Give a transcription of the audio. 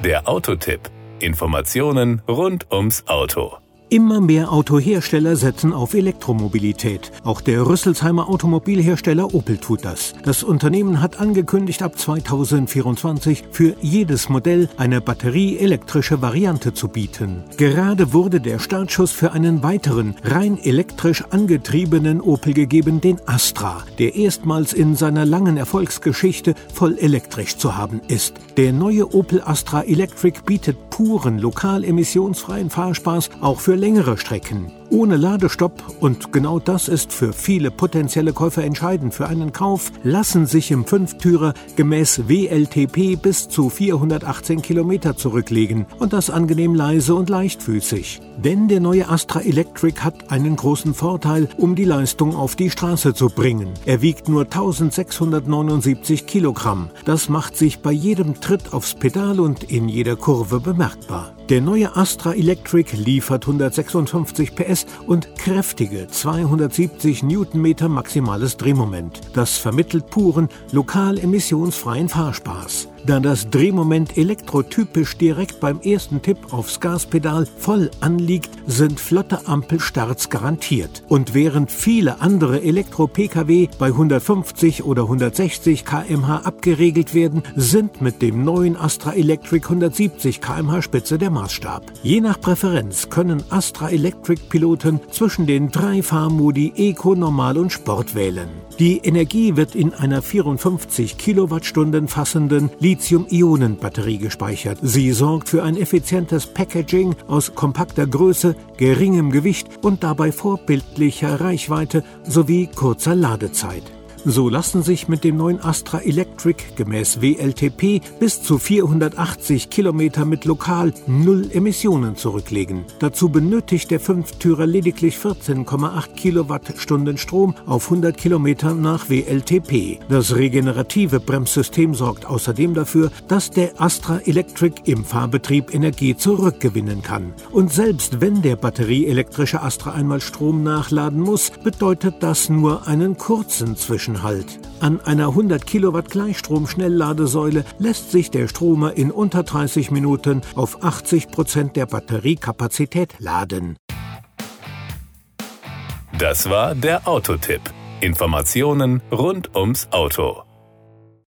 Der Autotipp. Informationen rund ums Auto. Immer mehr Autohersteller setzen auf Elektromobilität. Auch der Rüsselsheimer Automobilhersteller Opel tut das. Das Unternehmen hat angekündigt, ab 2024 für jedes Modell eine batterieelektrische Variante zu bieten. Gerade wurde der Startschuss für einen weiteren, rein elektrisch angetriebenen Opel gegeben, den Astra, der erstmals in seiner langen Erfolgsgeschichte voll elektrisch zu haben ist. Der neue Opel Astra Electric bietet puren, lokal emissionsfreien Fahrspaß auch für längere Strecken. Ohne Ladestopp, und genau das ist für viele potenzielle Käufer entscheidend für einen Kauf, lassen sich im Fünftürer gemäß WLTP bis zu 418 Kilometer zurücklegen und das angenehm leise und leichtfüßig. Denn der neue Astra Electric hat einen großen Vorteil, um die Leistung auf die Straße zu bringen. Er wiegt nur 1679 Kilogramm. Das macht sich bei jedem Tritt aufs Pedal und in jeder Kurve bemerkbar. Der neue Astra Electric liefert 156 PS und kräftige 270 Newtonmeter maximales Drehmoment. Das vermittelt puren, lokal emissionsfreien Fahrspaß. Da das Drehmoment elektrotypisch direkt beim ersten Tipp aufs Gaspedal voll anliegt, sind flotte Ampelstarts garantiert. Und während viele andere Elektro-Pkw bei 150 oder 160 km/h abgeregelt werden, sind mit dem neuen Astra Electric 170 km/h Spitze der Maßstab. Je nach Präferenz können Astra Electric-Piloten zwischen den 3 Fahrmodi Eco, Normal und Sport wählen. Die Energie wird in einer 54 Kilowattstunden fassenden Lithium-Ionen-Batterie gespeichert. Sie sorgt für ein effizientes Packaging aus kompakter Größe, geringem Gewicht und dabei vorbildlicher Reichweite sowie kurzer Ladezeit. So lassen sich mit dem neuen Astra Electric gemäß WLTP bis zu 480 Kilometer mit lokal 0 Emissionen zurücklegen. Dazu benötigt der Fünftürer lediglich 14,8 Kilowattstunden Strom auf 100 Kilometer nach WLTP. Das regenerative Bremssystem sorgt außerdem dafür, dass der Astra Electric im Fahrbetrieb Energie zurückgewinnen kann. Und selbst wenn der batterieelektrische Astra einmal Strom nachladen muss, bedeutet das nur einen kurzen Zwischenhalt. An einer 100 Kilowatt Gleichstrom-Schnellladesäule lässt sich der Stromer in unter 30 Minuten auf 80% der Batteriekapazität laden. Das war der Autotipp. Informationen rund ums Auto.